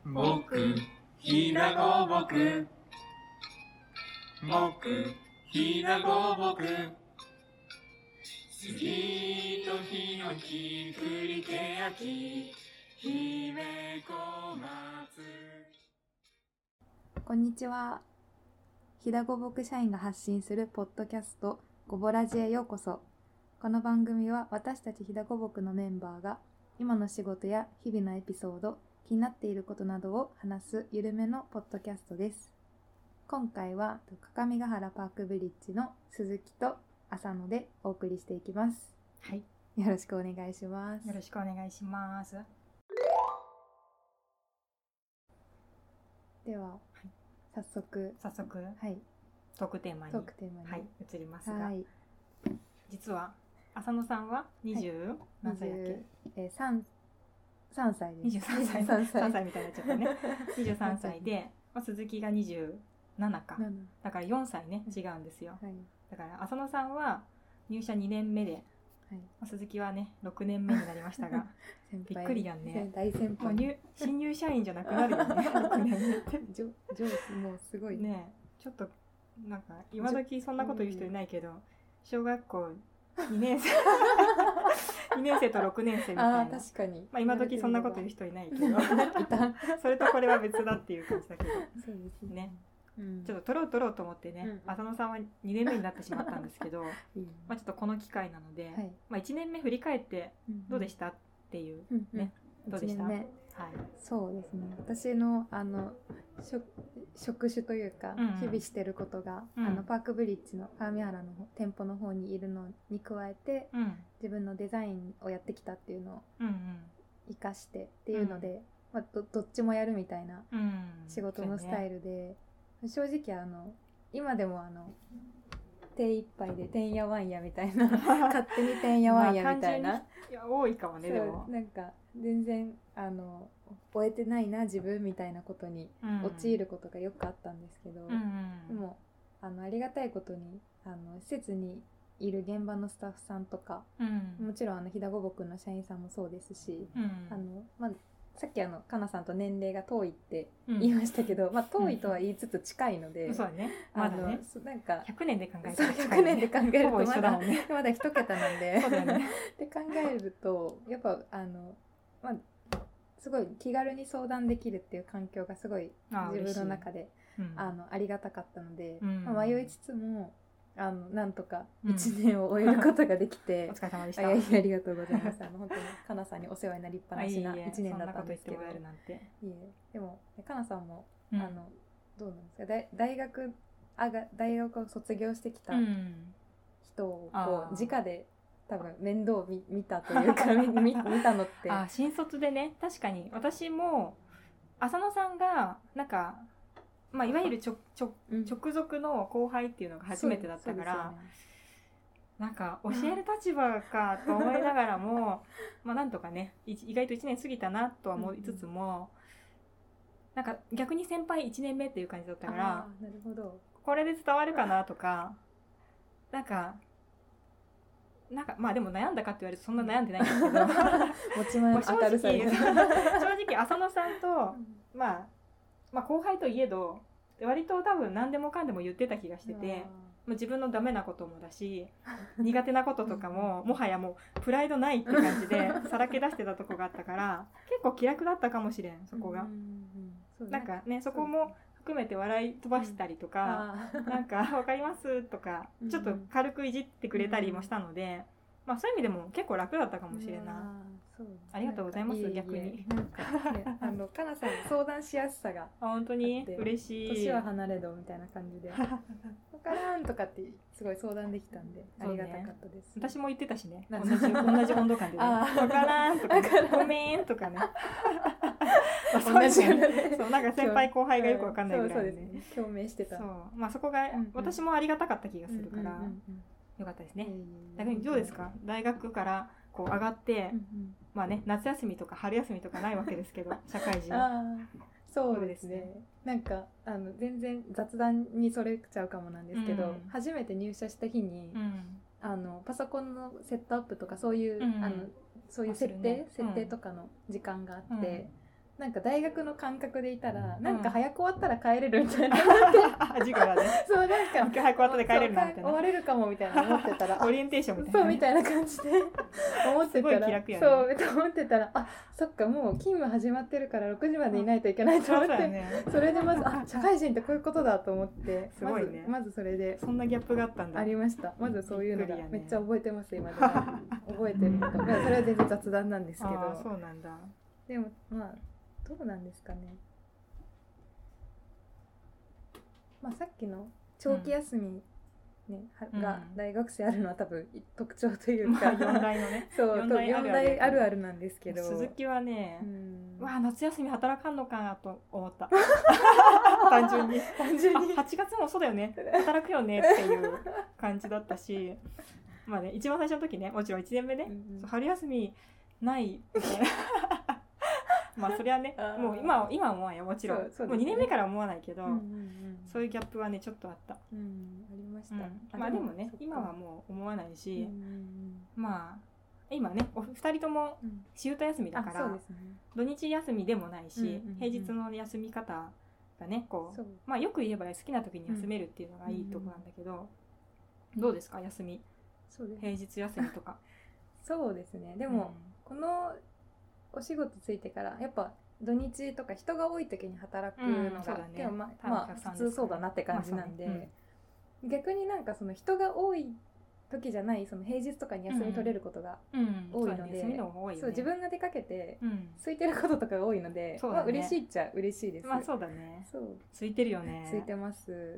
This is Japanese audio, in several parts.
僕、ひなごぼく。僕、ひなごぼく。杉とヒノキ、栗けやき、姫小松。 こんにちは。ひだごぼく社員が発信するポッドキャストごぼラジへようこそ。この番組は私たちひだごぼくのメンバーが今の仕事や日々のエピソード、気になっていることなどを話すゆるめのポッドキャストです。今回は各務原パークブリッジの鈴木と浅野でお送りしていきます。 はい、 よろしくお願いします。 よろしくお願いします。 では、早速、はい、 トークテーマに、はい、移りますが、はい、実は浅野さんは20、何歳だっけ ？3歳です。 3歳みたいになっちゃったね。23歳で、鈴木が27か。だから4歳ね、違うんですよ。はい、だから浅野さんは入社2年目で、はい、鈴木はね6年目になりましたがびっくりやんね。 大先輩。 新入社員じゃなくなるよね。6年目って上司もうすごいね。ちょっとなんか今時そんなこと言う人いないけど、小学校2年生2年生と6年生みたいな。 確かに。 今時そんなこと言う人いないけどそれとこれは別だっていう感じだけど。 そうですね。 ちょっと取ろうと思ってね、浅野さんは2年目になってしまったんですけどちょっとこの機会なので、1年目振り返ってどうでしたっていうね、どうでした？はい、 そうですね。私の職種というか、日々してることが、パークブリッジの川見原の店舗の方にいるのに加えて、自分のデザインをやってきたっていうのを生かしてっていうので、どっちもやるみたいな仕事のスタイルで、正直今でも手一杯でてんやわんやみたいな勝手にてんやわんやみたいな、 多いかもね。でもなんか全然終えてないな自分みたいなことに陥ることがよくあったんですけど、でもありがたいことに施設にいる現場のスタッフさんとか、もちろんひだごぼくの社員さんもそうですし、さっきかなさんと年齢が遠いって言いましたけど、遠いとは言いつつ近いので、 そうだね。まだね。 なんか 100年で考えると 100年で考えるとまだ一桁なんでそうだね。 って考えるとやっぱすごい気軽に相談できるっていう環境がすごい自分の中でありがたかったので、迷いつつもなんとか1年を終えることができて、 お疲れ様でした。 ありがとうございます。本当にかなさんにお世話になりっぱなしな1年だったんですけど、でもかなさんもどうなんですか、大学を卒業してきた人を直で多分面倒を見たというか見たのって新卒でね。確かに私も浅野さんがなんかいわゆる直属の後輩っていうのが初めてだったから、なんか教える立場かと思いながらもなんとかね、意外と1年過ぎたなとは思いつつも、なんか逆に先輩1年目っていう感じだったから、 なるほど、 これで伝わるかなとか、なんかでも悩んだかって言われるとそんな悩んでないんですけど持ち前の明るさで正直浅野さんと後輩といえど割と多分何でもかんでも言ってた気がしてて、自分のダメなこともだし苦手なこととかももはやもうプライドないって感じでさらけ出してたとこがあったから結構気楽だったかもしれん、そこが。なんかね、そこも含めて笑い飛ばしたりとか、なんか分かりますとかちょっと軽くいじってくれたりもしたので、そういう意味でも結構楽だったかもしれんな。ありがとうございます。逆になんか、かなさん相談しやすさが本当に嬉しい。 年は離れどみたいな感じで分からんとかってすごい相談できたんでありがたかったです。 私も言ってたしね、同じ温度感でね分からんとかごめんとかね同じそうなんか先輩後輩がよく分かんないぐらいね共鳴してた。 そうそこが私もありがたかった気がするからよかったですね。逆にどうですか、大学からこう上がって夏休みとか春休みとかないわけですけど社会人。 そうですね。なんか全然雑談にそれちゃうかもなんですけど、初めて入社した日にパソコンのセットアップとかそういう設定とかの時間があって、 なんか大学の感覚でいたら、なんか早く終わったら帰れるみたいな授業がねそうなんか今日早く終わったで帰れるなみたいな終われるかもみたいな思ってたらオリエンテーションみたいな、 そうみたいな感じで思ってたらすごい気楽やねそう思ってたらそっかもう勤務始まってるから6時までいないといけないと思って、 そうだよね、 それでまず社会人ってこういうことだと思ってすごいねまずそれでそんなギャップがあったんだ。 ありました。まずそういうのがびっくりやねめっちゃ覚えてます今でも覚えてることいやそれは全然雑談なんですけど、 そうなんだ。 でもまあどうなんですかね。まあさっきの長期休み、ねが大学生あるのは多分特徴というか、 4大のねそう 4大 4大あるあるなんですけど、 鈴木はね、わあ夏休み働かんのかなと思った単純に8月もそうだよね働くよねっていう感じだったしまあね一番最初の時ねもちろん1年目ね、春休みないみたいなまあそれはねもう今は思わんよもちろん、もう2年目から思わないけど、そういうギャップはねちょっとあった、 ありました、 まあでもね今はもう思わないし、まあ今ね2人とも仕事休みだから、土日休みでもないし、平日の休み方がねこうまあよく言えば好きな時に休めるっていうのがいいとこなんだけど、どうですか休み、平日休みとかそうですね。でも、このお仕事ついてからやっぱ土日とか人が多い時に働くのが、でもまあ普通そうだなって感じなんで、逆になんかその人が多い時じゃないその平日とかに休み取れることが多いので、そう自分が出かけて空いてることとかが多いので、まあ嬉しいっちゃ嬉しいです。 まあそうだね。 そう空いてるよね。 空いてます。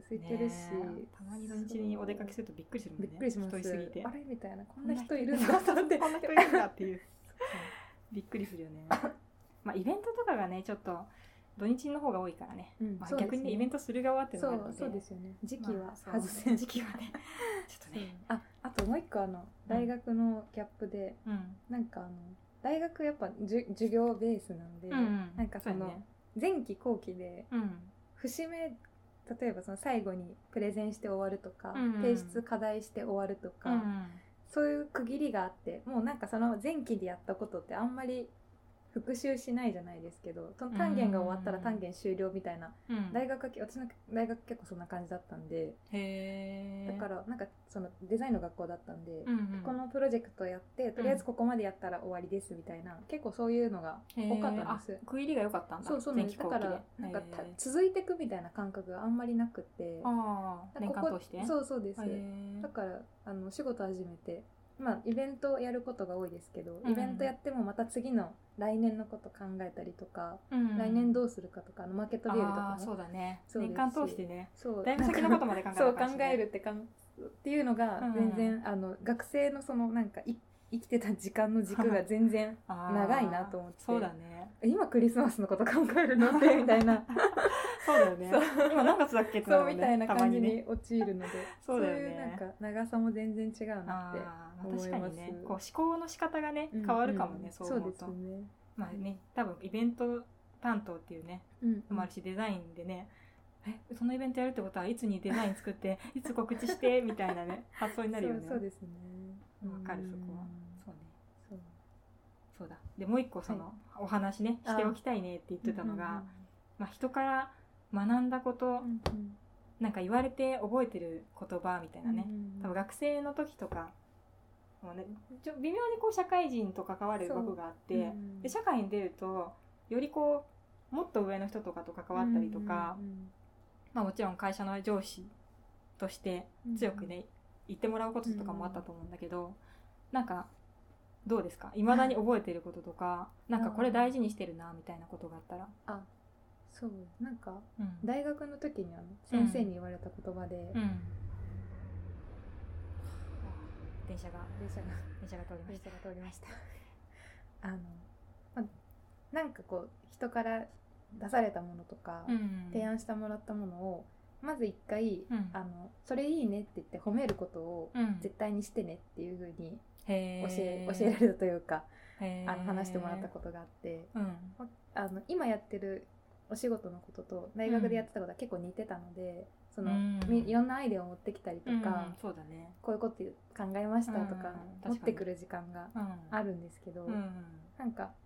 空いてるし、 たまに土日にお出かけするとびっくりするもんね。 びっくりします。 人いすぎて。 あれみたいな、こんな人いるんだと思って、 こんな人いるんだっていう。びっくりするよね。まあイベントとかがねちょっと土日の方が多いからね。まあ逆にねイベントする側っていうのがあるので。 そうですよね。時期は外せん時期はね。ちょっとね。 あともう一個大学のギャップで、なんか大学やっぱ授業ベースなんで、なんかその前期後期で節目、例えばその最後にプレゼンして終わるとか、提出課題して終わるとか、そういう区切りがあって、もうなんかその前期でやったことってあんまり復習しないじゃないですけど、その単元が終わったら単元終了みたいな、私の大学結構そんな感じだったんで、だからなんかそのデザインの学校だったんで、このプロジェクトやってとりあえずここまでやったら終わりですみたいな、結構そういうのが多かったんです。 区切りが良かったんだ。 そうなんです。だからなんか続いていくみたいな感覚があんまりなくて、 年間通して。 そうです。だから仕事始めて、まあイベントやることが多いですけど、イベントやってもまた次の来年のこと考えたりとか、来年どうするかとかマーケット日和とかもそうだね。年間通してね。だいぶ先先のことまで考えるっていうのが全然学生のそのなんか生きてた時間の軸が全然長いなと思って。 そうだね。 今クリスマスのこと考えるのってみたいな。 そうだよね。今何月だっけってそうみたいな感じに陥るので、 そういうなんか長さも全然違うなって思います。 確かにね、こう思考の仕方がね変わるかもね、そう思うと。まあね、多分イベント担当っていうね、もあるしデザインでね、そのイベントやるってことはいつにデザイン作っていつ告知してみたいなね発想になるよね。 そうですね。 わかるそこは。そうね。そうだ。でもう一個そのお話ねしておきたいねって言ってたのが、まあ人から学んだこと、なんか言われて覚えてる言葉みたいなね、多分学生の時とかもうね微妙にこう社会人と関わる枠があって、で社会に出るとよりこうもっと上の人とかと関わったりとか、まあもちろん会社の上司として強くね言ってもらうこととかもあったと思うんだけど、なんかどうですか、未だに覚えてることとか、なんかこれ大事にしてるなみたいなことがあったら。 そうなんか、大学の時に先生に言われた言葉で、 電車が通りましたなんかこう人から出されたものとか、提案してもらったものをまず一回、それいいねって言って褒めることを絶対にしてねっていう風に教えられたというか、話してもらったことがあって、今やってるお仕事のことと大学でやってたことは結構似てたので、そのいろんなアイデアを持ってきたりとか、 そうだね、 こういうこと考えましたとか持ってくる時間があるんですけど、なんか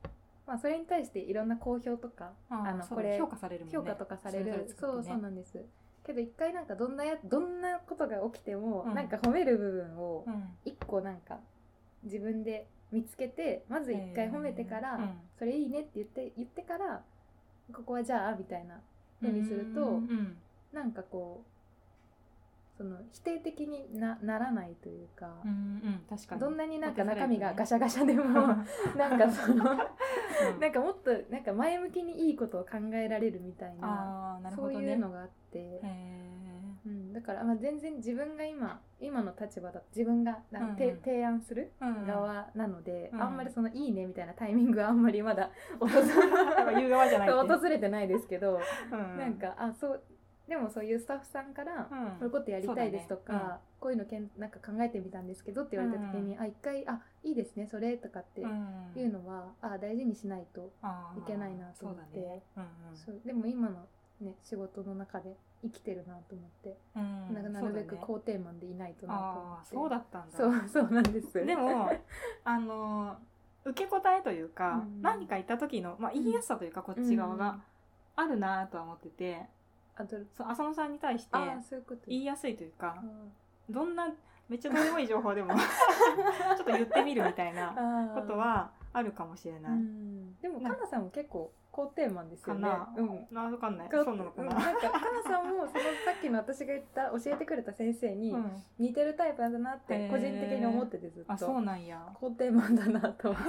まあ、それに対していろんな好評とかこれ評価されるもんね。 評価とかされる、 それぞれ作ってね、 そうなんですけど、一回なんかどんなことが起きても、なんか褒める部分を一個なんか自分で見つけて、まず一回褒めてから、それいいねって言ってから、ここはじゃあみたいな風にすると、なんかこうその否定的にならないというか、 確かにどんなになんか中身がガシャガシャでもなんかそのなんかもっとなんか前向きにいいことを考えられるみたいな、そういうのがあって、だからまあ全然自分が今の立場だと自分が提案する側なので、あんまりそのいいねみたいなタイミングはあんまりまだ訪れてないですけど、なんかでもそういうスタッフさんからこういうことやりたいですとか、こういうのなんか考えてみたんですけどって言われた時に、一回いいですねそれとかっていうのは大事にしないといけないなと思って、でも今のね仕事の中で生きてるなと思って、なるべく肯定マンでいないとなと思って。 そうだったんだ。 そうなんです。でも受け答えというか、何か言った時の言いやすさというか、こっち側があるなとは思ってて。浅野さんに対して言いやすいというか、どんなめっちゃどうでもいい情報でもちょっと言ってみるみたいなことはあるかもしれない。 でもかなさんも結構肯定マンですよね。 分かんない。そうなのかな。 なんかかなさんもさっきの私が言った教えてくれた先生に似てるタイプなんだなって個人的に思ってて、ずっと。 そうなんや。 肯定マンだなと思って。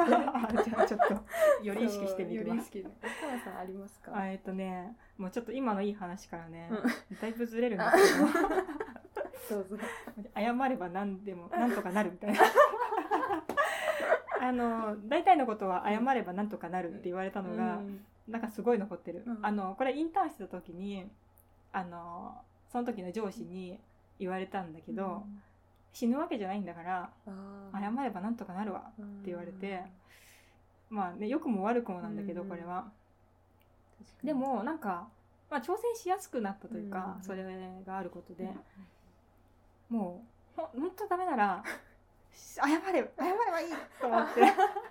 じゃあちょっとより意識してみるわ。かなさんありますか？ もうちょっと今のいい話からね、だいぶずれるんですけど。そう謝れば何でもなんとかなるみたいな。大体のことは謝ればなんとかなるって言われたのが、なんかすごい残ってる。これインターンしてた時にその時の上司に言われたんだけど、死ぬわけじゃないんだから謝ればなんとかなるわって言われて、まあね良くも悪くもなんだけど、これはでもなんか、挑戦しやすくなったというか、それがあることで、もうほんとダメなら謝ればいいと思って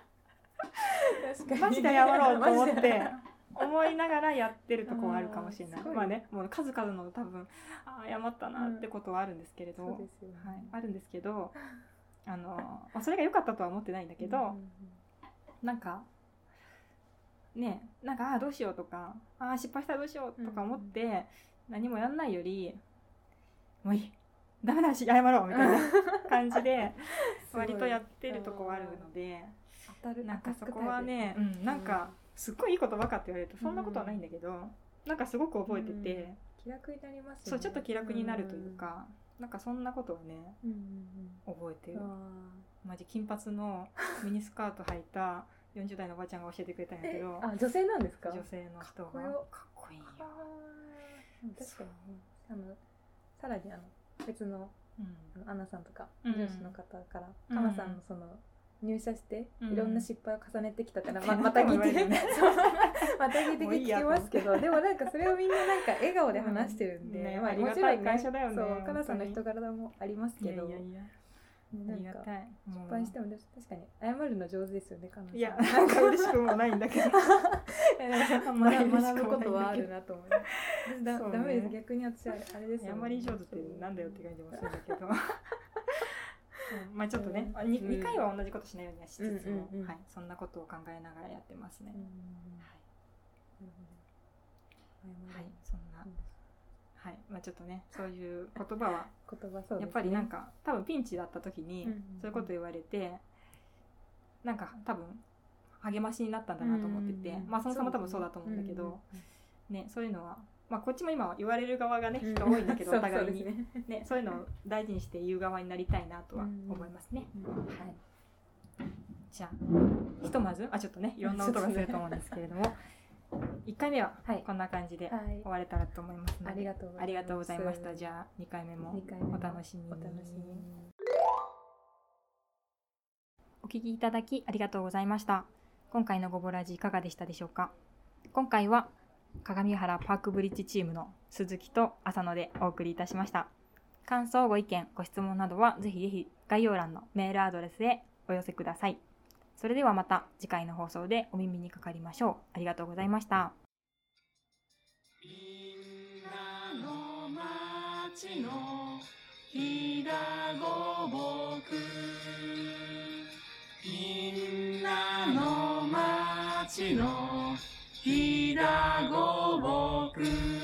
マジで謝ろうと思って思いながらやってるとこはあるかもしれない。もう数々の多分謝ったなってことはあるんですけれど、あるんですけど、それが良かったとは思ってないんだけど、なんかね、なんかどうしようとか失敗したらどうしようとか思って何もやんないより、もういいダメだし謝ろうみたいな感じで割とやってるとこはあるので、なんかそこはね、なんかすっごいいいことばかって言われるとそんなことはないんだけど、なんかすごく覚えてて、 気楽になりますよね。 そうちょっと気楽になるというか、なんかそんなことをね覚えてる。マジ金髪のミニスカート履いた40代のおばちゃんが教えてくれたんやけど、 女性なんですか？ 女性の人がかっこいいよ。 確かにさらに別のアナさんとか上司の方からかなさんのその入社していろんな失敗を重ねてきたからまた聞いてまた聞いて聞きますけど、でもなんかそれをみんななんか笑顔で話してるんで、 ありがたい会社だよね。 かなさんの人柄もありますけど、 なんか失敗しても確かに謝るの上手ですよね、かなさん。 いやなんか嬉しくもないんだけど学ぶことはあるなと思います。ダメです、逆に私あれですよね。 あんまり上手ってなんだよって感じもするんだけどちょっとね2回は同じことしないようにはしつつも、そんなことを考えながらやってますね。そんなちょっとねそういう言葉はやっぱりなんか多分ピンチだった時にそういうこと言われて、なんか多分励ましになったんだなと思ってて、そもそも多分そうだと思うんだけどね、そういうのはこっちも今言われる側がね人多いんだけどお互いにね、そういうのを大事にして言う側になりたいなとは思いますね。じゃあひとまずちょっとねいろんな音がすると思うんですけれども1回目はこんな感じで終われたらと思いますので、ありがとうございました。じゃあ2回目もお楽しみに。お聞きいただきありがとうございました。今回のごぼラジいかがでしたでしょうか。今回は鏡原パークブリッジチームの鈴木と浅野でお送りいたしました。感想、ご意見、ご質問などはぜひぜひ概要欄のメールアドレスへお寄せください。 それではまた次回の放送でお耳にかかりましょう。ありがとうございました。 みんなの町のひだごぼく、みんなの町のひだごぼく。